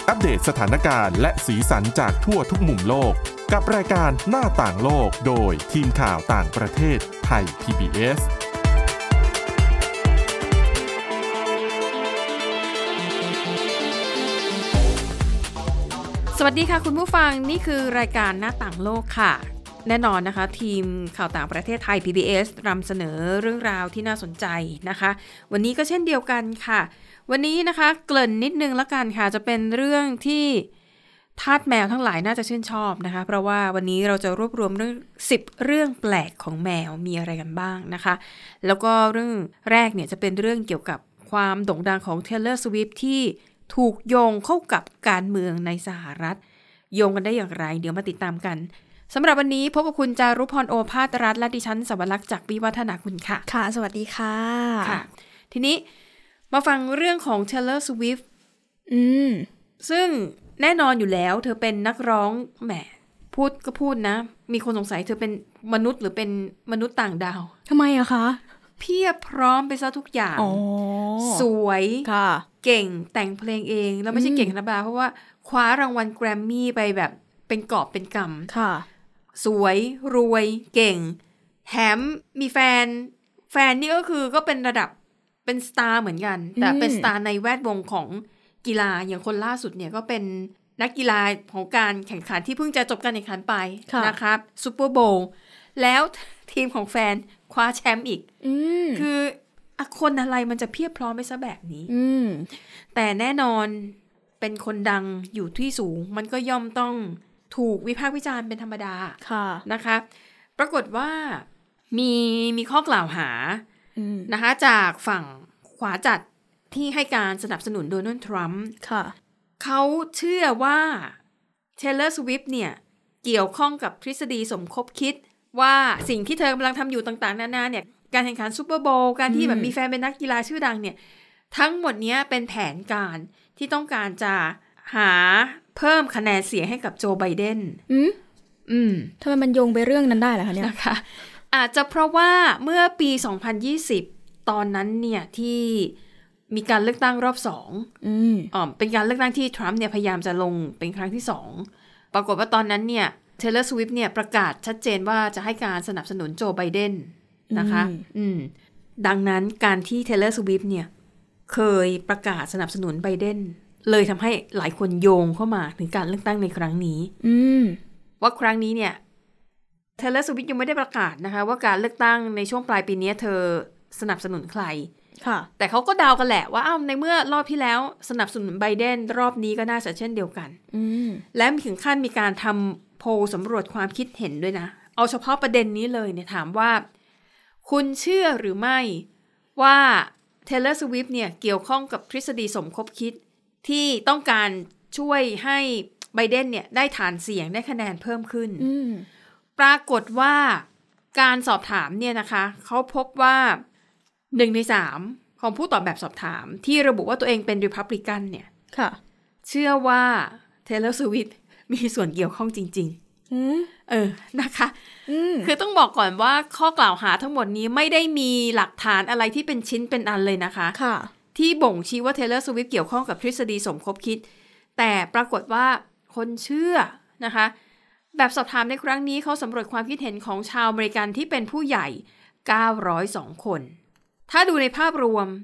อัปเดตสถานการณ์และสีสันจากทั่วทุกมุมโลกกับรายการหน้าต่างโลกโดยทีมข่าวต่างประเทศไทย PBS สวัสดีค่ะคุณผู้ฟังนี่คือรายการหน้าต่างโลกค่ะแน่นอนนะคะทีมข่าวต่างประเทศไทย PBS นำเสนอเรื่องราวที่น่าสนใจนะคะวันนี้ก็เช่นเดียวกันค่ะวันนี้นะคะเกริ่นนิดนึงละกันค่ะจะเป็นเรื่องที่ทาสแมวทั้งหลายน่าจะชื่นชอบนะคะเพราะว่าวันนี้เราจะรวบรวมเรื่อง10เรื่องแปลกของแมวมีอะไรกันบ้างนะคะแล้วก็เรื่องแรกเนี่ยจะเป็นเรื่องเกี่ยวกับความโด่งดังของ Taylor Swift ที่ถูกโยงเข้ากับการเมืองในสหรัฐโยงกันได้อย่างไรเดี๋ยวมาติดตามกันสำหรับวันนี้พบกับคุณจารุพรโอภาสรัตน์และดิฉันสวรักษ์จากวิวัฒนาคุณค่ะค่ะสวัสดีค่ะค่ะทีนี้มาฟังเรื่องของ Taylor Swift ซึ่งแน่นอนอยู่แล้วเธอเป็นนักร้องแหมพูดก็พูดนะมีคนสงสัยเธอเป็นมนุษย์หรือเป็นมนุษย์ต่างดาวทำไมอะคะเพียบพร้อมไปซะทุกอย่างสวยเก่งแต่งเพลงเองแล้วไม่ใช่เก่งธรรมดาเพราะว่าคว้ารางวัลแกรมมี่ไปแบบเป็นกอบเป็นกำสวยรวยเก่งแถมมีแฟนนี่ก็คือก็เป็นระดับเป็นสตาร์เหมือนกันแต่เป็นสตาร์ในแวดวงของกีฬาอย่างคนล่าสุดเนี่ยก็เป็นนักกีฬาของการแข่งขันที่เพิ่งจะจบการแข่งขันไปนะครับซุปเปอร์โบว์แล้วทีมของแฟนคว้าแชมป์อีกคือคนอะไรมันจะเพียบพร้อมไปซะแบบนี้แต่แน่นอนเป็นคนดังอยู่ที่สูงมันก็ย่อมต้องถูกวิพากษ์วิจารณ์เป็นธรรมดานะคะปรากฏว่ามีข้อกล่าวหานะคะจากฝั่งขวาจัดที่ให้การสนับสนุนโดนัลด์ทรัมป์เขาเชื่อว่า Taylor Swift เนี่ยเกี่ยวข้องกับทฤษฎีสมคบคิดว่าสิ่งที่เธอกำลังทำอยู่ต่างๆนานาเนี่ยการแข่งขันซูเปอร์โบว์การที่แบบมีแฟนเป็นนักกีฬาชื่อดังเนี่ยทั้งหมดนี้เป็นแผนการที่ต้องการจะหาเพิ่มคะแนนเสียงให้กับโจไบเดนทำไมมันโยงไปเรื่องนั้นได้ล่ะคะเนี่ยนะคะอาจจะเพราะว่าเมื่อปี2020ตอนนั้นเนี่ยที่มีการเลือกตั้งรอบ2เป็นการเลือกตั้งที่ทรัมป์เนี่ยพยายามจะลงเป็นครั้งที่2ปรากฏว่าตอนนั้นเนี่ย Taylor Swift เนี่ยประกาศชัดเจนว่าจะให้การสนับสนุนโจไบเดนนะคะดังนั้นการที่ Taylor Swift เนี่ยเคยประกาศสนับสนุนไบเดนเลยทำให้หลายคนโยงเข้ามาถึงการเลือกตั้งในครั้งนี้ว่าครั้งนี้เนี่ย Taylor Swift ยังไม่ได้ประกาศนะคะว่าการเลือกตั้งในช่วงปลายปีนี้เธอสนับสนุนใครแต่เขาก็เดากันแหละว่าในเมื่อรอบที่แล้วสนับสนุนไบเดนรอบนี้ก็น่าจะเช่นเดียวกันและถึงขั้นมีการทำโพลสำรวจความคิดเห็นด้วยนะเอาเฉพาะประเด็นนี้เลยเนี่ยถามว่าคุณเชื่อหรือไม่ว่า Taylor Swift เนี่ยเกี่ยวข้องกับทฤษฎีสมคบคิดที่ต้องการช่วยให้ไบเดนเนี่ยได้ฐานเสียงได้คะแนนเพิ่มขึ้นปรากฏว่าการสอบถามเนี่ยนะคะเขาพบว่า1 ใน 3ของผู้ตอบแบบสอบถามที่ระบุว่าตัวเองเป็น Republican เนี่ยเชื่อว่า Taylor Swift มีส่วนเกี่ยวข้องจริงๆนะคะคือต้องบอกก่อนว่าข้อกล่าวหาทั้งหมดนี้ไม่ได้มีหลักฐานอะไรที่เป็นชิ้นเป็นอันเลยนะคะที่บ่งชี้ว่า Taylor Swift เกี่ยวข้องกับทฤษฎีสมคบคิดแต่ปรากฏว่าคนเชื่อนะคะแบบสอบถามในครั้งนี้เขาสำรวจความคิดเห็นของชาวอเมริกันที่เป็นผู้ใหญ่902คนถ้าดูในภาพรวม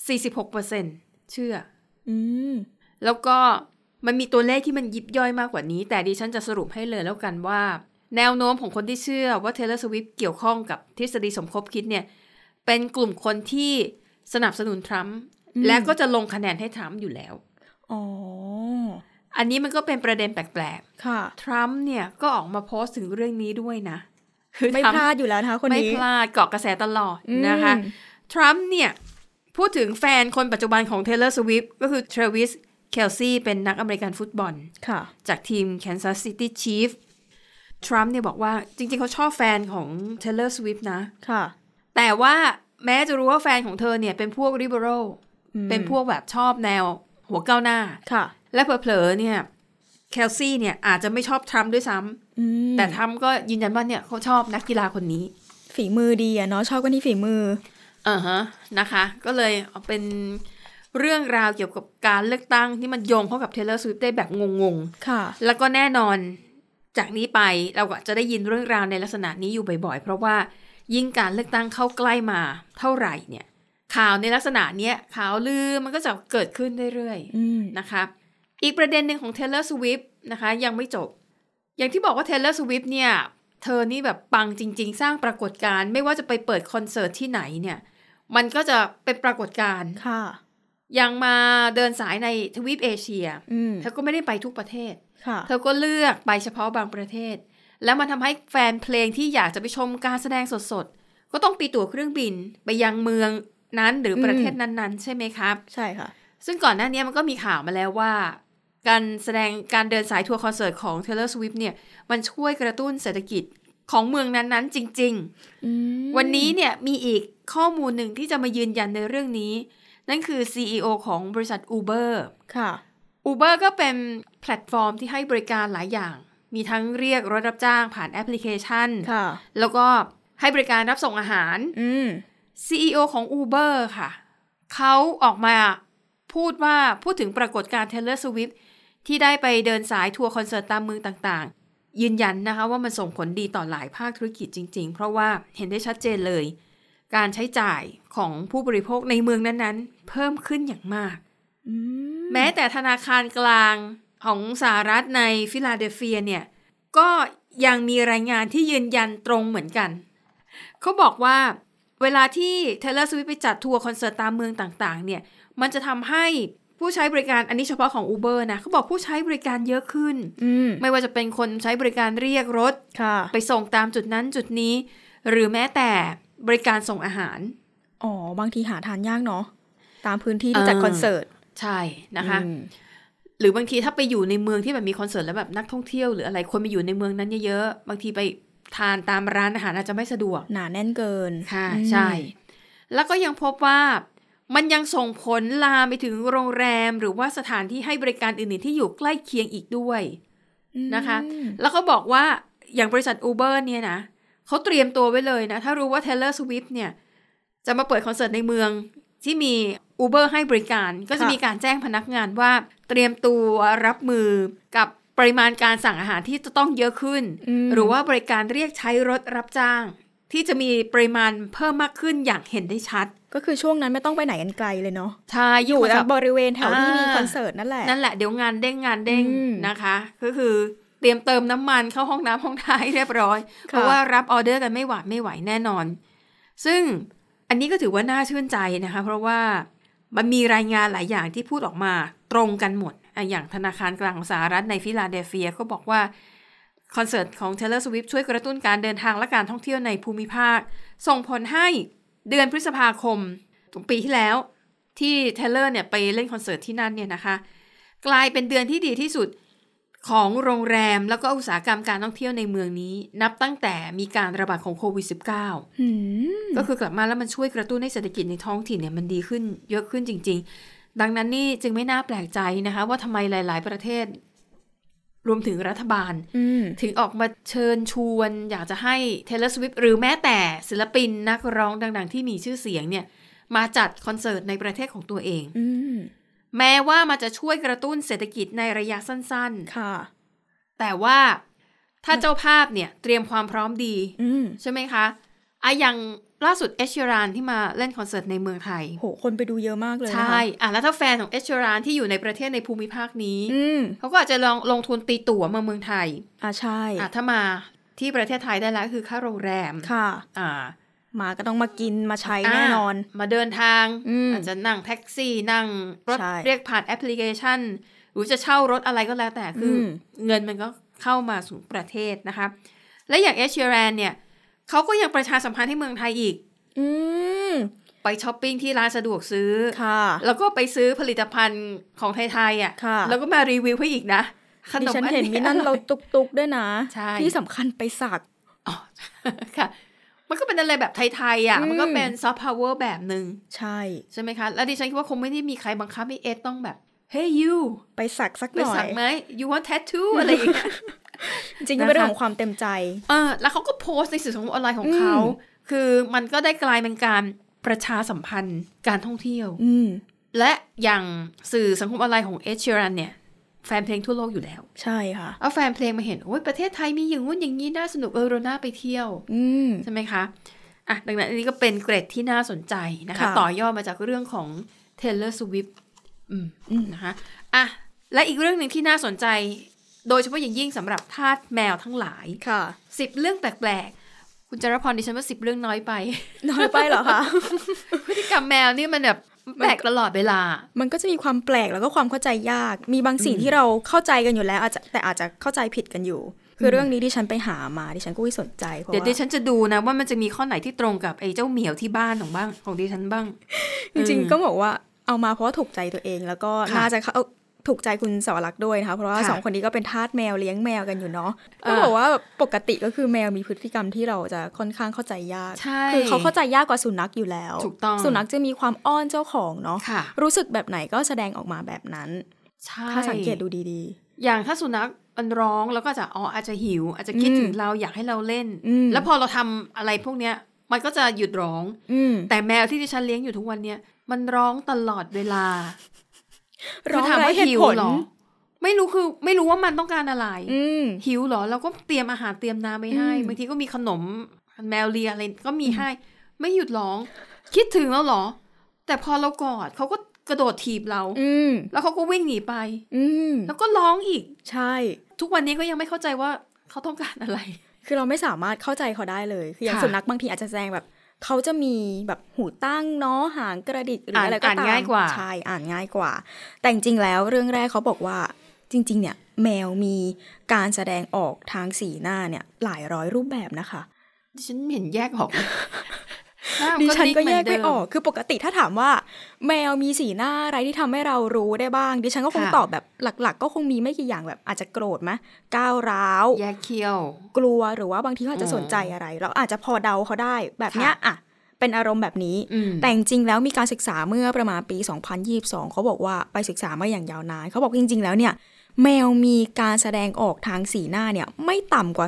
46% เชื่อแล้วก็มันมีตัวเลขที่มันยิบย่อยมากกว่านี้แต่ดิฉันจะสรุปให้เลยแล้วกันว่าแนวโน้มของคนที่เชื่อว่า Taylor Swift เกี่ยวข้องกับทฤษฎีสมคบคิดเนี่ยเป็นกลุ่มคนที่สนับสนุนทรัมป์และก็จะลงคะแนนให้ทรัมป์อยู่แล้วอันนี้มันก็เป็นประเด็นแปลกๆทรัมป์เนี่ยก็ออกมาโพสต์ถึงเรื่องนี้ด้วยนะคือไม่พลาดอยู่แล้วนะคะคนนี้ไม่พลาดเกาะกระแสตลอดนะคะทรัมป์เนี่ยพูดถึงแฟนคนปัจจุบันของ Taylor Swift ก็คือ Travis Kelce เป็นนักอเมริกันฟุตบอลจากทีม Kansas City Chiefs ทรัมป์เนี่ยบอกว่าจริงๆเขาชอบแฟนของ Taylor Swift นะแต่ว่าแม้จะรู้ว่าแฟนของเธอเนี่ยเป็นพวก liberal เป็นพวกแบบชอบแนวหัวก้าวหน้าและเผลอๆเนี่ย Kelce เนี่ยอาจจะไม่ชอบทรัมป์ด้วยซ้ำแต่ทรัมป์ก็ยืนยันว่าเนี่ยเขาชอบนักกีฬาคนนี้ฝีมือดีอะเนาะชอบกันที่ฝีมือนะคะก็เลยเป็นเรื่องราวเกี่ยวกับการเลือกตั้งที่มันโยงเข้ากับ Taylor Swift ได้แบบงงๆค่ะแล้วก็แน่นอนจากนี้ไปเราก็จะได้ยินเรื่องราวในลักษณะนี้อยู่บ่อยๆเพราะว่ายิ่งการเลือกตั้งเข้าใกล้มาเท่าไหร่เนี่ยข่าวในลักษณะนี้ข่าวลือมันก็จะเกิดขึ้นเรื่อยๆนะคะอีกประเด็นหนึ่งของ Taylor Swift นะคะยังไม่จบอย่างที่บอกว่า Taylor Swift เนี่ยเธอนี่แบบปังจริงๆสร้างปรากฏการณ์ไม่ว่าจะไปเปิดคอนเสิร์ตที่ไหนเนี่ยมันก็จะเป็นปรากฏการณ์ค่ะยังมาเดินสายในทวีปเอเชียเธอก็ไม่ได้ไปทุกประเทศเธอก็เลือกไปเฉพาะบางประเทศแล้วมันทำให้แฟนเพลงที่อยากจะไปชมการแสดงสดๆก็ต้องตีตั๋วเครื่องบินไปยังเมืองนั้นหรือประเทศนั้นๆใช่ไหมครับใช่ค่ะซึ่งก่อนหน้านี้มันก็มีข่าวมาแล้วว่าการเดินสายทัวร์คอนเสิร์ตของ Taylor Swift เนี่ยมันช่วยกระตุ้นเศรษฐกิจของเมืองนั้นๆจริงๆวันนี้เนี่ยมีอีกข้อมูลหนึ่งที่จะมายืนยันในเรื่องนี้นั่นคือ CEO ของบริษัท Uber ค่ะ Uber ก็เป็นแพลตฟอร์มที่ให้บริการหลายอย่างมีทั้งเรียกรถรับจ้างผ่านแอปพลิเคชันแล้วก็ให้บริการรับส่งอาหาร CEO ของ Uber ค่ะเขาออกมาพูดถึงปรากฏการณ์ Taylor Swift ที่ได้ไปเดินสายทัวร์คอนเสิร์ตตามเมืองต่างๆยืนยันนะคะว่ามันส่งผลดีต่อหลายภาคธุรกิจจริงๆเพราะว่าเห็นได้ชัดเจนเลยการใช้จ่ายของผู้บริโภคในเมืองนั้นๆเพิ่มขึ้นอย่างมากแม้แต่ธนาคารกลางของสหรัฐในฟิลาเดลเฟียเนี่ยก็ยังมีรายงานที่ยืนยันตรงเหมือนกันเขาบอกว่าเวลาที่ Taylor Swift ไปจัดทัวร์คอนเสิร์ตตามเมืองต่างๆเนี่ยมันจะทำให้ผู้ใช้บริการอันนี้เฉพาะของ Uber นะเขาบอกผู้ใช้บริการเยอะขึ้นไม่ว่าจะเป็นคนใช้บริการเรียกรถไปส่งตามจุดนั้นจุดนี้หรือแม้แต่บริการส่งอาหารบางทีหาทานยากเนาะตามพื้นที่ที่จัดคอนเสิร์ตใช่นะคะหรือบางทีถ้าไปอยู่ในเมืองที่แบบมีคอนเสิร์ตแล้วแบบนักท่องเที่ยวหรืออะไรคนไปอยู่ในเมืองนั้นเยอะๆบางทีไปทานตามร้านอาหารอาจจะไม่สะดวกหนาแน่นเกินค่ะใช่แล้วก็ยังพบว่ามันยังส่งผลลามไปถึงโรงแรมหรือว่าสถานที่ให้บริการอื่นๆที่อยู่ใกล้เคียงอีกด้วยนะคะแล้วเขาบอกว่าอย่างบริษัท Uber เนี่ยนะเขาเตรียมตัวไว้เลยนะถ้ารู้ว่า Taylor Swift เนี่ยจะมาเปิดคอนเสิร์ตในเมืองที่มี Uber ให้บริการก็จะมีการแจ้งพนักงานว่าเตรียมตัวรับมือกับปริมาณการสั่งอาหารที่จะต้องเยอะขึ้นหรือว่าบริการเรียกใช้รถรับจ้างที่จะมีปริมาณเพิ่มมากขึ้นอย่างเห็นได้ชัดก็คือช่วงนั้นไม่ต้องไปไหนกันไกลเลยเนาะใช่อยู่บริเวณแถวที่มีคอนเสิร์ตนั่นแหละเดี๋ยวงานเด้งนะคะก็คือเตรียมเติมน้ำมันเข้าห้องน้ำห้องท่าให้เรียบร้อยเพราะว่ารับออเดอร์กันไม่ไหวแน่นอนซึ่งอันนี้ก็ถือว่าน่าชื่นใจนะคะเพราะว่ามันมีรายงานหลายอย่างที่พูดออกมาตรงกันหมดอย่างธนาคารกลางของสหรัฐในฟิลาเดลเฟียเขาบอกว่าคอนเสิร์ตของ Taylor Swift ช่วยกระตุ้นการเดินทางและการท่องเที่ยวในภูมิภาคส่งผลให้เดือนพฤษภาคมปีที่แล้วที่ Taylor เนี่ยไปเล่นคอนเสิร์ตที่นั่นเนี่ยนะคะกลายเป็นเดือนที่ดีที่สุดของโรงแรมแล้วก็อุตสาหกรรมการท่องเที่ยวในเมืองนี้นับตั้งแต่มีการระบาดของโควิด -19 ก็คือกลับมาแล้วมันช่วยกระตุ้นให้เศรษฐกิจในท้องถิ่นเนี่ยมันดีขึ้นเยอะขึ้นจริงๆดังนั้นนี่จึงไม่น่าแปลกใจนะคะว่าทำไมหลายๆประเทศรวมถึงรัฐบาลถึงออกมาเชิญชวนอยากจะให้ Taylor Swift หรือแม้แต่ศิลปินนักร้องดังๆที่มีชื่อเสียงเนี่ยมาจัดคอนเสิร์ตในประเทศของตัวเองแม้ว่ามันจะช่วยกระตุ้นเศรษฐกิจในระยะสั้นๆค่ะแต่ว่าถ้าเจ้าภาพเนี่ยเตรียมความพร้อมดีใช่ไหมคะอย่างล่าสุดเอชเชอรานที่มาเล่นคอนเสิร์ตในเมืองไทยโหคนไปดูเยอะมากเลยใช่แล้วถ้าแฟนของเอชเชอรานที่อยู่ในประเทศในภูมิภาคนี้เขาก็อาจจะลงทุนตีตั๋วมาเมืองไทยใช่ถ้ามาที่ประเทศไทยได้แล้วคือค่าโรงแรมค่ะมาก็ต้องมากินมาใช้แน่นอนมาเดินทางอาจจะนั่งแท็กซี่นั่งรถเรียกผ่านแอปพลิเคชันหรือจะเช่ารถอะไรก็แล้วแต่คือเงินมันก็เข้ามาสู่ประเทศนะคะและอย่างเอชเชอรานเนี่ยเขาก็ยังประชาสัมพันธ์ให้เมืองไทยอีกไปช้อปปิ้งที่ร้านสะดวกซื้อแล้วก็ไปซื้อผลิตภัณฑ์ของไทยๆแล้วก็มารีวิวให้อีกนะขนมอันนี้ฉันเห็นมีนั่นเราตุกๆด้วยนะที่สำคัญไปสักค่ะมันก็เป็นอะไรแบบไทยๆมันก็เป็นซอฟต์พาวเวอร์แบบนึงใช่ไหมคะแล้วดิฉันคิดว่าคงไม่ได้มีใครบังคับให้เอสต้องแบบ Hey you ไปสักหน่อยไปสักไหม You want tattoo อะไรอย่างเงี้ยจริงๆเป็นเรื่องของความเต็มใจแล้วเขาก็โพสต์ในสื่อสังคมออนไลน์ของเขาคือมันก็ได้กลายเป็นการประชาสัมพันธ์การท่องเที่ยวและอย่างสื่อสังคมออนไลน์ของเอชชีรันเนี่ยแฟนเพลงทั่วโลกอยู่แล้วใช่ค่ะเอาแฟนเพลงมาเห็นโอ้ยประเทศไทยมีอย่างงู้นอย่างนี้น่าสนุกเราน่าไปเที่ยวใช่ไหมคะอ่ะดังนั้นอันนี้ก็เป็นเกร็ดที่น่าสนใจนะคะต่อยอดมาจากเรื่องของ Taylor Swift นะคะอ่ะและอีกเรื่องหนึ่งที่น่าสนใจโดยเฉพาะอย่างยิ่งสำหรับทาสแมวทั้งหลายค่ะ 10เรื่องแปลกๆคุณจารพรดิฉันว่า10เรื่องน้อยไปน้อยไปเหรอคะพฤติกรรมแมวนี่มันแบบแปลกตลอดเวลามันก็จะมีความแปลกแล้วก็ความเข้าใจยากมีบางสิ่งที่เราเข้าใจกันอยู่แล้วแต่อาจจะเข้าใจผิดกันอยู่คือเรื่องนี้ดิฉันไปหามาดิฉันก็ไม่สนใจเพราะว่าเดี๋ยวดิฉันจะดูนะว่ามันจะมีข้อไหนที่ตรงกับไอ้เจ้าเหมียวที่บ้านของดิฉันบ้างจริงๆก็บอกว่าเอามาเพราะว่าถูกใจตัวเองแล้วก็น่าจะถูกใจคุณสวรักษ์ด้วยนะคะเพราะว่า2คนนี้ก็เป็นทาสแมวเลี้ยงแมวกันอยู่เนาะก็บอกว่าปกติก็คือแมวมีพฤติกรรมที่เราจะค่อนข้างเข้าใจยากคือเขาเข้าใจยากกว่าสุนัขอยู่แล้วสุนัขจะมีความอ้อนเจ้าของเนาะรู้สึกแบบไหนก็แสดงออกมาแบบนั้นถ้าสังเกตดูดีๆอย่างถ้าสุนัขมันร้องแล้วก็จะอาจจะหิวอาจจะคิดถึงเราอยากให้เราเล่นแล้วพอเราทำอะไรพวกเนี้ยมันก็จะหยุดร้องแต่แมวที่ดิฉันเลี้ยงอยู่ทุกวันเนี้ยมันร้องตลอดเวลาคือถามว่าหิวหรอไม่รู้ว่ามันต้องการอะไรหิวหรอเราก็เตรียมอาหารเตรียมน้ำไว้ให้บางทีก็มีขนมแมวเลียอะไรก็มีให้ไม่หยุดร้องคิดถึงแล้วหรอแต่พอเรากอดเขาก็กระโดดถีบเราแล้วเขาก็วิ่งหนีไปแล้วก็ร้องอีกใช่ทุกวันนี้ก็ยังไม่เข้าใจว่าเขาต้องการอะไรคือเราไม่สามารถเข้าใจเขาได้เลยคืออย่างสุนัขบางทีอาจจะแสดงแบบเขาจะมีแบบหูตั้งเนาะหางกระดิกหรืออะไรก็ตามอ่านง่ายกว่าใช่อ่านง่ายกว่าแต่จริงๆแล้วเรื่องแรกเขาบอกว่าจริงๆเนี่ยแมวมีการแสดงออกทางสีหน้าเนี่ยหลายร้อยรูปแบบนะคะดิฉันเห็นแยกออกดิฉันก็แยกไม่ออกคือปกติถ้าถามว่าแมวมีสีหน้าอะไรที่ทำให้เรารู้ได้บ้างดิฉันก็คงตอบแบบหลักๆก็คงมีไม่กี่อย่างแบบอาจจะโกรธไหมก้าวร้าวแยกเขี้ยวกลัวหรือว่าบางทีเขาอาจจะสนใจอะไรเราอาจจะพอเดาเขาได้แบบเนี้ยอ่ะเป็นอารมณ์แบบนี้แต่จริงๆแล้วมีการศึกษาเมื่อประมาณปี2022เขาบอกว่าไปศึกษามาอย่างยาวนานเขาบอกจริงๆแล้วเนี่ยแมวมีการแสดงออกทางสีหน้าเนี่ยไม่ต่ำกว่า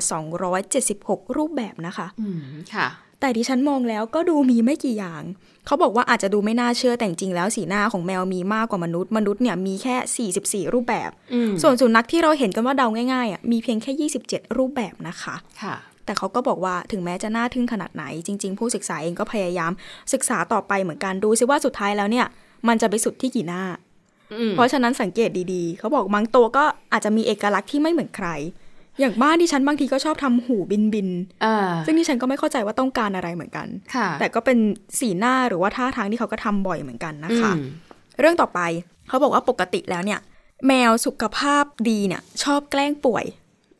276รูปแบบนะคะค่ะแต่ดิฉันมองแล้วก็ดูมีไม่กี่อย่างเขาบอกว่าอาจจะดูไม่น่าเชื่อแต่จริงๆแล้วสีหน้าของแมวมีมากกว่ามนุษย์เนี่ยมีแค่44รูปแบบส่วนสุนัขที่เราเห็นกันว่าเดาง่ายๆอ่ะมีเพียงแค่27รูปแบบนะคะค่ะแต่เขาก็บอกว่าถึงแม้จะน่าทึ่งขนาดไหนจริงๆผู้ศึกษาเองก็พยายามศึกษาต่อไปเหมือนกันดูซิว่าสุดท้ายแล้วเนี่ยมันจะไปสุดที่กี่หน้าเพราะฉะนั้นสังเกตดีๆเขาบอกบางตัวก็อาจจะมีเอกลักษณ์ที่ไม่เหมือนใครอย่างบ้านดิฉันบางทีก็ชอบทำหูบินซึ่งดิฉันก็ไม่เข้าใจว่าต้องการอะไรเหมือนกันแต่ก็เป็นสีหน้าหรือว่าท่าทางที่เขาก็ทำบ่อยเหมือนกันนะคะเรื่องต่อไปเขาบอกว่าปกติแล้วเนี่ยแมวสุขภาพดีเนี่ยชอบแกล้งป่วย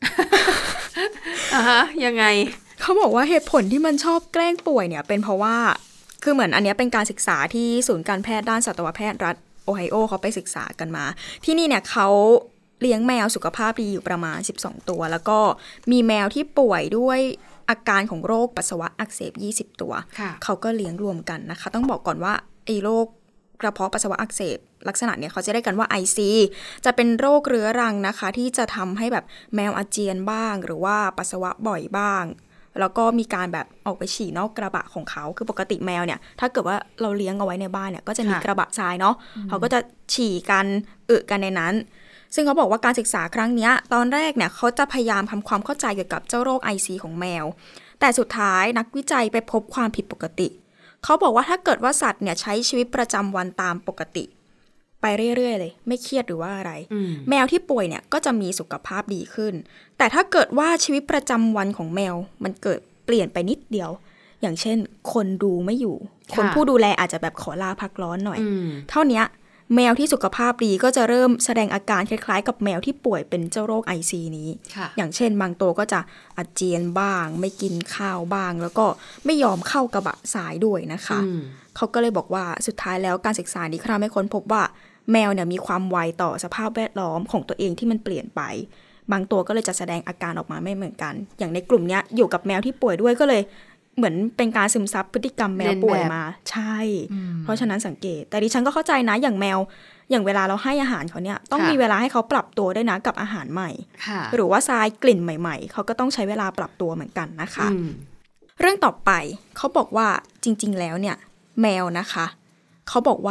ยังไงเขาบอกว่าเหตุผลที่มันชอบแกล้งป่วยเนี่ยเป็นเพราะว่าคือเหมือนอันนี้เป็นการศึกษาที่ศูนย์การแพทย์ด้านสัตวแพทย์รัฐโอไฮโอเขาไปศึกษากันมาที่นี่เนี่ยเขาเลี้ยงแมวสุขภาพดีอยู่ประมาณ12ตัวแล้วก็มีแมวที่ป่วยด้วยอาการของโรคปัสสาวะอักเสบ20ตัวเขาก็เลี้ยงรวมกันนะคะต้องบอกก่อนว่าไอ้โรคกระเพาะปัสสาวะอักเสบลักษณะเนี่ยเขาจะเรียกกันว่า IC จะเป็นโรคเรื้อรังนะคะที่จะทำให้แบบแมวอาเจียนบ้างหรือว่าปัสสาวะบ่อยบ้างแล้วก็มีการแบบออกไปฉี่นอกกระบะของเขาคือปกติแมวเนี่ยถ้าเกิดว่าเราเลี้ยงเอาไว้ในบ้านเนี่ยก็จะมีกระบะทรายเนาะเขาก็จะฉี่กันอึกันในนั้นซึ่งเขาบอกว่าการศึกษาครั้งนี้ตอนแรกเนี่ยเขาจะพยายามทำความเข้าใจเกี่ยวกับเจ้าโรค IC ของแมวแต่สุดท้ายนักวิจัยไปพบความผิดปกติเขาบอกว่าถ้าเกิดว่าสัตว์เนี่ยใช้ชีวิตประจำวันตามปกติไปเรื่อยๆเลยไม่เครียดหรือว่าอะไรแมวที่ป่วยเนี่ยก็จะมีสุขภาพดีขึ้นแต่ถ้าเกิดว่าชีวิตประจำวันของแมวมันเกิดเปลี่ยนไปนิดเดียวอย่างเช่นคนดูไม่อยู่คนผู้ดูแลอาจจะแบบขอลาพักร้อนหน่อยเท่านี้แมวที่สุขภาพดีก็จะเริ่มแสดงอาการคล้ายๆกับแมวที่ป่วยเป็นเจ้าโรค IC นี้อย่างเช่นบางตัวก็จะอาเจียนบ้างไม่กินข้าวบ้างแล้วก็ไม่ยอมเข้ากระบะทรายด้วยนะคะเขาก็เลยบอกว่าสุดท้ายแล้วการศึกษานี้ทำให้ค้นพบว่าแมวเนี่ยมีความไวต่อสภาพแวดล้อมของตัวเองที่มันเปลี่ยนไปบางตัวก็เลยจะแสดงอาการออกมาไม่เหมือนกันอย่างในกลุ่มนี้อยู่กับแมวที่ป่วยด้วยก็เลยเหมือนเป็นการซึมซับพฤติกรรมแมวป่วยมาใช่เพราะฉะนั้นสังเกตแต่ดิฉันก็เข้าใจนะอย่างแมวอย่างเวลาเราให้อาหารเขาเนี่ยต้องมีเวลาให้เขาปรับตัวด้วยนะกับอาหารใหม่หรือว่าทรายกลิ่นใหม่ๆเขาก็ต้องใช้เวลาปรับตัวเหมือนกันนะคะเรื่องต่อไปเขาบอกว่าจริงๆแล้วเนี่ยแมวนะคะเขาบอกว่า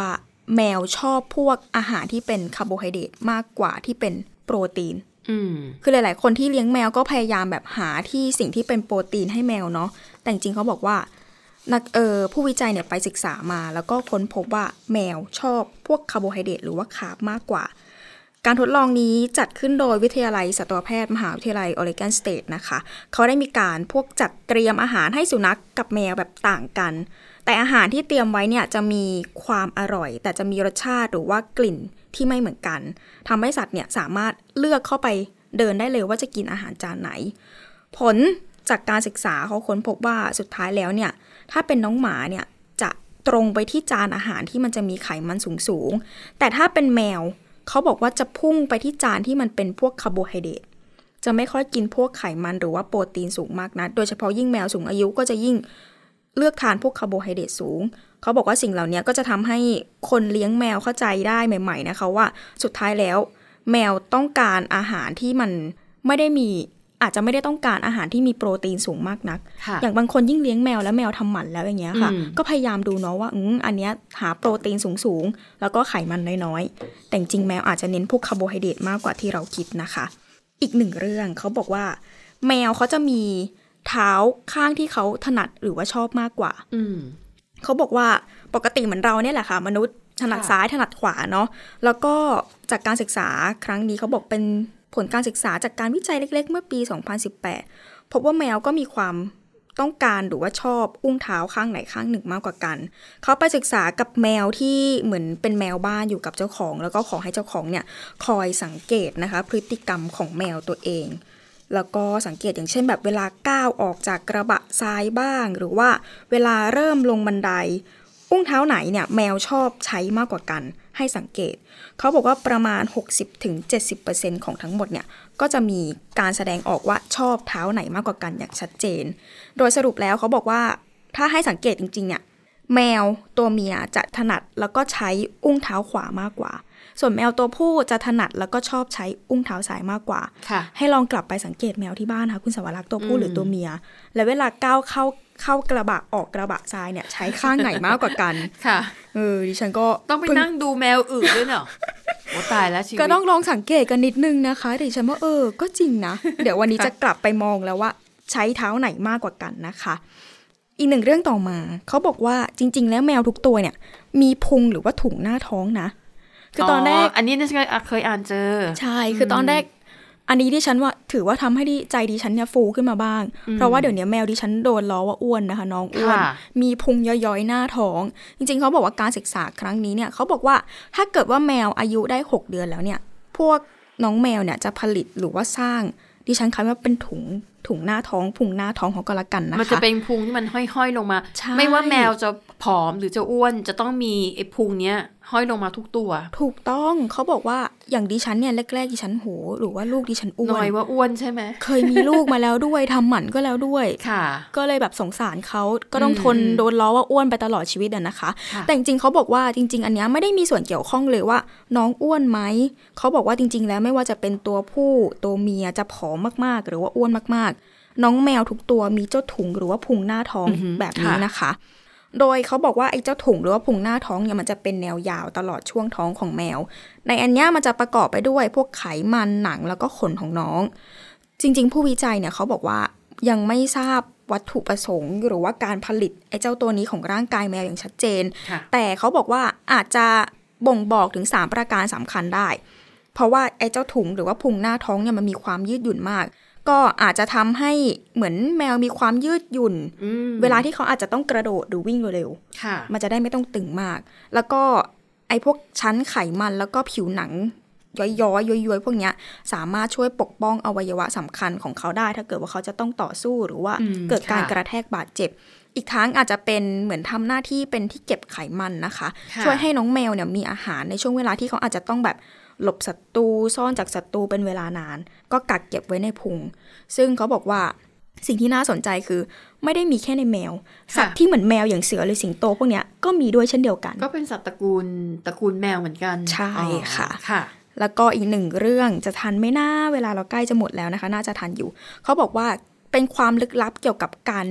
แมวชอบพวกอาหารที่เป็นคาร์โบไฮเดรตมากกว่าที่เป็นโปรตีนคือหลายๆคนที่เลี้ยงแมวก็พยายามแบบหาที่สิ่งที่เป็นโปรตีนให้แมวเนาะแต่จริงๆเขาบอกว่าผู้วิจัยเนี่ยไปศึกษามาแล้วก็ค้นพบว่าแมวชอบพวกคาร์โบไฮเดรตหรือว่าคาร์บมากกว่าการทดลองนี้จัดขึ้นโดยวิทยาลัยสัตวแพทย์มหาวิทยาลัยออริกอนสเตทนะคะเขาได้มีการพวกจัดเตรียมอาหารให้สุนัขกับแมวแบบต่างกันแต่อาหารที่เตรียมไว้เนี่ยจะมีความอร่อยแต่จะมีรสชาติหรือว่ากลิ่นที่ไม่เหมือนกันทำให้สัตว์เนี่ยสามารถเลือกเข้าไปเดินได้เลยว่าจะกินอาหารจานไหนผลจากการศึกษาเขาค้นพบว่าสุดท้ายแล้วเนี่ยถ้าเป็นน้องหมาเนี่ยจะตรงไปที่จานอาหารที่มันจะมีไขมันสูงๆแต่ถ้าเป็นแมวเขาบอกว่าจะพุ่งไปที่จานที่มันเป็นพวกคาร์โบไฮเดรตจะไม่ค่อยกินพวกไขมันหรือว่าโปรตีนสูงมากนะโดยเฉพาะยิ่งแมวสูงอายุก็จะยิ่งเลือกทานพวกคาร์โบไฮเดรตสูงเขาบอกว่าสิ่งเหล่านี้ก็จะทำให้คนเลี้ยงแมวเข้าใจได้ใหม่ๆนะคะว่าสุดท้ายแล้วแมวต้องการอาหารที่มันไม่ได้มีอาจจะไม่ได้ต้องการอาหารที่มีโปรตีนสูงมากนักอย่างบางคนยิ่งเลี้ยงแมวแล้วแมวทำหมันแล้วอย่างเงี้ยค่ะก็พยายามดูเนาะว่าอันเนี้ยหาโปรตีนสูงๆแล้วก็ไขมันน้อยๆแต่จริงแมวอาจจะเน้นพวกคาร์โบไฮเดรตมากกว่าที่เราคิดนะคะอีกหนึ่งเรื่องเขาบอกว่าแมวเขาจะมีเท้าข้างที่เขาถนัดหรือว่าชอบมากกว่าเขาบอกว่าปกติเหมือนเราเนี่ยแหละค่ะมนุษย์ถนัดซ้ายถนัดขวาเนาะแล้วก็จากการศึกษาครั้งนี้เขาบอกเป็นผลการศึกษาจากการวิจัยเล็กๆเมื่อปี 2018 พบว่าแมวก็มีความต้องการหรือว่าชอบอุ้งเท้าข้างไหนข้างหนึ่งมากกว่ากันเขาไปศึกษากับแมวที่เหมือนเป็นแมวบ้านอยู่กับเจ้าของแล้วก็ขอให้เจ้าของเนี่ยคอยสังเกตนะคะพฤติกรรมของแมวตัวเองแล้วก็สังเกตอย่างเช่นแบบเวลาก้าวออกจากกระบะทรายบ้างหรือว่าเวลาเริ่มลงบันไดอุ้งเท้าไหนเนี่ยแมวชอบใช้มากกว่ากันให้สังเกตเขาบอกว่าประมาณ 60-70% ของทั้งหมดเนี่ยก็จะมีการแสดงออกว่าชอบเท้าไหนมากกว่ากันอย่างชัดเจนโดยสรุปแล้วเขาบอกว่าถ้าให้สังเกตจริงๆเนี่ยแมวตัวเมียจะถนัดแล้วก็ใช้อุ้งเท้าขวามากกว่าส่วนแมวตัวผู้จะถนัดแล้วก็ชอบใช้อุ้งเท้าซ้ายมากกว่าให้ลองกลับไปสังเกตแมวที่บ้านค่ะคุณสวรักษ์ตัวผู้หรือตัวเมียและเวลาก้าวเข้ากระบะออกกระบะทรายเนี่ยใช้ข้างไหนมากกว่ากันค่ะดิฉันก็ต้องไปนั่งดูแมวอื่นด้วยเนาะโอ้ตายแล้วชีวิตก็ต้องลองสังเกตกันนิดนึงนะคะดิฉันว่าก็จริงนะเดี๋ยววันนี้จะกลับไปมองแล้วว่าใช้เท้าไหนมากกว่ากันนะคะอีกหนึ่งเรื่องต่อมาเขาบอกว่าจริงๆแล้วแมวทุกตัวเนี่ยมีพุงหรือว่าถุงหน้าท้องนะคือตอนแรกอันนี้ดิฉันเคยอ่านเจอใช่คือตอนแรกอันนี้ดิฉันว่าถือว่าทำให้ใจดิฉันเนี่ยฟูขึ้นมาบ้างเพราะว่าเดี๋ยวนี้แมวดิฉันโดนล้อว่าอ้วนนะคะน้องอ้วนมีพุงย้อยๆหน้าท้องจริงๆเขาบอกว่าการศึกษาครั้งนี้เนี่ยเขาบอกว่าถ้าเกิดว่าแมวอายุได้6เดือนแล้วเนี่ยพวกน้องแมวเนี่ยจะผลิตหรือว่าสร้างดิฉันคำว่าเป็นถุงหน้าท้องพุงหน้าท้องของก็แล้วกันนะคะมันจะเป็นพุงที่มันห้อยๆลงมาไม่ว่าแมวจะผอมหรือจะอ้วนจะต้องมีไอ้พุงเนี้ยห้อยลงมาทุกตัวถูกต้องเขาบอกว่าอย่างดิฉันเนี่ยแรกๆดิฉันโหหรือว่าลูกดิฉันอ้วนหน่อยว่าอ้วนใช่ไหมเคยมีลูกมาแล้วด้วยทำหมันก็แล้วด้วยค่ะก็เลยแบบสงสารเขาก็ต้องทนโดนล้อว่าอ้วนไปตลอดชีวิตนะคะแต่จริงๆเขาบอกว่าจริงๆอันนี้ไม่ได้มีส่วนเกี่ยวข้องเลยว่าน้องอ้วนไหมเขาบอกว่าจริงๆแล้วไม่ว่าจะเป็นตัวผู้ตัวเมียจะผอมมากๆหรือว่าอ้วนมากๆน้องแมวทุกตัวมีเจ้าถุงหรือว่าพุงหน้าท้องแบบนี้นะคะโดยเขาบอกว่าไอ้เจ้าถุงหรือว่าพุงหน้าท้องเนี่ยมันจะเป็นแนวยาวตลอดช่วงท้องของแมวในอันนี้มันจะประกอบไปด้วยพวกไขมันหนังแล้วก็ขนของน้องจริงๆผู้วิจัยเนี่ยเขาบอกว่ายังไม่ทราบวัตถุประสงค์หรือว่าการผลิตไอ้เจ้าตัวนี้ของร่างกายแมวอย่างชัดเจนแต่เขาบอกว่าอาจจะบ่งบอกถึง3ประการสำคัญได้เพราะว่าไอ้เจ้าถุงหรือว่าพุงหน้าท้องเนี่ยมันมีความยืดหยุ่นมากก็อาจจะทำให้เหมือนแมวมีความยืดหยุ่นเวลาที่เขาอาจจะต้องกระโดดหรือวิ่งเร็วๆมันจะได้ไม่ต้องตึงมากแล้วก็ไอ้พวกชั้นไขมันแล้วก็ผิวหนังย้อยๆพวกเนี้ยสามารถช่วยปกป้องอวัยวะสำคัญของเขาได้ถ้าเกิดว่าเขาจะต้องต่อสู้หรือว่าเกิดการกระแทกบาดเจ็บอีกทั้งอาจจะเป็นเหมือนทำหน้าที่เป็นที่เก็บไขมันนะคะช่วยให้น้องแมวเนี่ยมีอาหารในช่วงเวลาที่เขาอาจจะต้องแบบหลบศัตรูซ่อนจากศัตรูเป็นเวลานานก็กักเก็บไว้ในพุงซึ่งเขาบอกว่าสิ่งที่น่าสนใจคือไม่ได้มีแค่ในแมวสัตว์ที่เหมือนแมวอย่างเสือหรือสิงโตพวกเนี้ยก็มีด้วยเช่นเดียวกันก็เป็นสัตว์ตระกูลแมวเหมือนกันใช่ค่ะแล้วก็อีกหนึ่งเรื่องจะทันไหมนะเวลาเราใกล้จะหมดแล้วนะคะน่าจะทันอยู่เขาบอกว่าเป็นความลึกลับเกี่ยวกับการ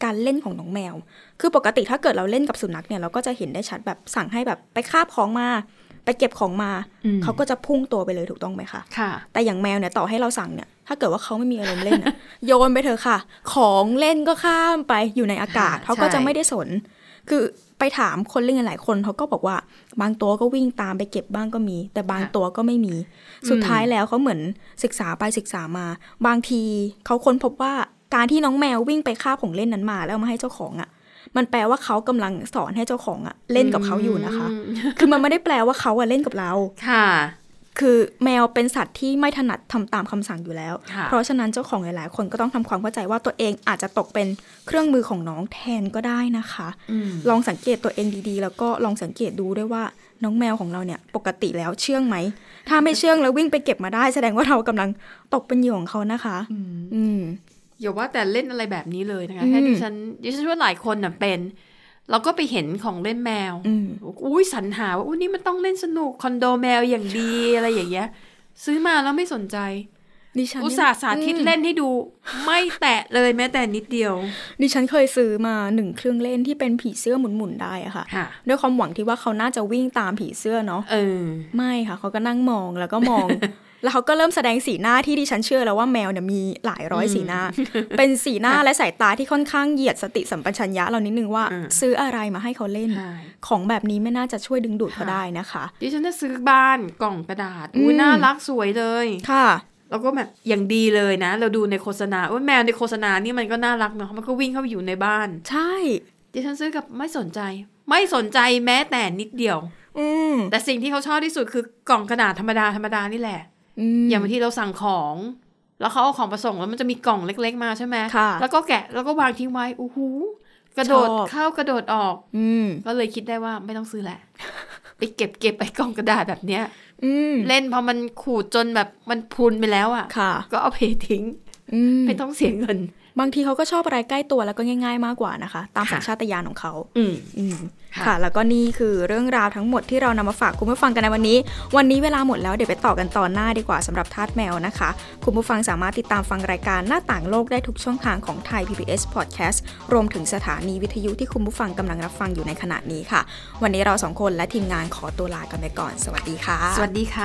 การเล่นของน้องแมวคือปกติถ้าเกิดเราเล่นกับสุนัขเนี่ยเราก็จะเห็นได้ชัดแบบสั่งให้แบบไปคาบของมาไปเก็บของมาเขาก็จะพุ่งตัวไปเลยถูกต้องไหมคะค่ะแต่อย่างแมวเนี่ยต่อให้เราสั่งเนี่ยถ้าเกิดว่าเขาไม่มีอารมณ์เล่น โยนไปเถอะค่ะของเล่นก็ข้ามไปอยู่ในอากาศเขาก็จะไม่ได้สนคือไปถามคนเล่นกันหลายคนเขาก็บอกว่าบางตัวก็วิ่งตามไปเก็บบ้างก็มีแต่บางตัวก็ไม่มีสุดท้ายแล้วเขาเหมือนศึกษาไปศึกษามาบางทีเขาค้นพบว่าการที่น้องแมววิ่งไปคาบของเล่นนั้นมาแล้วมาให้เจ้าของอ่ะมันแปลว่าเขากำลังสอนให้เจ้าของอ่ะเล่นกับเขาอยู่นะคะ คือมันไม่ได้แปลว่าเขาอ่ะเล่นกับเราค่ะคือแมวเป็นสัตว์ที่ไม่ถนัดทำตามคำสั่งอยู่แล้วเพราะฉะนั้นเจ้าของหลายๆคนก็ต้องทำความเข้าใจว่าตัวเองอาจจะตกเป็นเครื่องมือของน้องแทนก็ได้นะคะลองสังเกตตัวเองดีๆแล้วก็ลองสังเกตดูด้วยว่าน้องแมวของเราเนี่ยปกติแล้วเชื่องไหมถ้าไม่เชื่องแล้ววิ่งไปเก็บมาได้แสดงว่าเรากำลังตกเป็นเหยื่อของเขานะคะอย่าว่าแต่เล่นอะไรแบบนี้เลยนะคะแค่ดิฉันว่าหลายคนน่ะเป็นเราก็ไปเห็นของเล่นแมวอุ้ยสรรหาว่าอุ้ยนี่มันต้องเล่นสนุกคอนโดแมวอย่างดีอะไรอย่างเงี้ยซื้อมาแล้วไม่สนใจอุตส่าห์สาธิตเล่นให้ดูไม่แตะเลยแม้แต่นิดเดียวดิฉันเคยซื้อมา1เครื่องเล่นที่เป็นผีเสื้อหมุนๆได้อะค่ะด้วยความหวังที่ว่าเขาน่าจะวิ่งตามผีเสื้อเนาะไม่ค่ะเขาก็นั่งมองแล้วก็มอง แล้วเขาก็เริ่มแสดงสีหน้าที่ดิฉันเชื่อแล้วว่าแมวเนี่ยมีหลายร้อยสีหน้า เป็นสีหน้าและสายตาที่ค่อนข้างเหยียดสติสัมปชัญญะเรานิดนึงว่าซื้ออะไรมาให้เขาเล่นของแบบนี้ไม่น่าจะช่วยดึงดูดเขาได้นะคะดิฉันจะซื้อบ้านกล่องกระดาษน่ารักสวยเลยค่ะแล้วก็แบบอย่างดีเลยนะเราดูในโฆษณาว่าแมวในโฆษณานี่มันก็น่ารักเนาะมันก็วิ่งเข้าไปอยู่ในบ้านใช่ดิฉันซื้อกับไม่สนใจแม้แต่นิดเดียวแต่สิ่งที่เขาชอบที่สุดคือกล่องกระดาษธรรมดานี่แหละอย่างบางทีเราสั่งของแล้วเขาเอาของมาส่งแล้วมันจะมีกล่องเล็กๆมาใช่ไหมแล้วก็แกะแล้วก็วางทิ้งไว้โอ้โหกระโดดเข้ากระโดดออกก็เลยคิดได้ว่าไม่ต้องซื้อแหละไปเก็บไปกล่องกระดาษแบบเนี้ยเล่นพอมันขูดจนแบบมันพุนไปแล้วอ่ะก็เอาไปทิ้งไม่ต้องเสียเงินบางทีเขาก็ชอบอะไรใกล้ตัวแล้วก็ง่ายๆมากกว่านะคะตามสัญชาตญาณของเขาค่ะแล้วก็นี่คือเรื่องราวทั้งหมดที่เรานำมาฝากคุณผู้ฟังกันในวันนี้เวลาหมดแล้วเดี๋ยวไปต่อกันตอนหน้าดีกว่าสำหรับทาสแมวนะคะคุณผู้ฟังสามารถติดตามฟังรายการหน้าต่างโลกได้ทุกช่องทางของไทย PBS Podcast รวมถึงสถานีวิทยุที่คุณผู้ฟังกำลังรับฟังอยู่ในขณะนี้ค่ะวันนี้เรา2คนและทีมงานขอตัวลากันไปก่อนสวัสดีค่ะสวัสดีค่ะ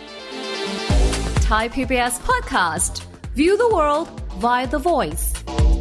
Thai PBS Podcast View the world via the voice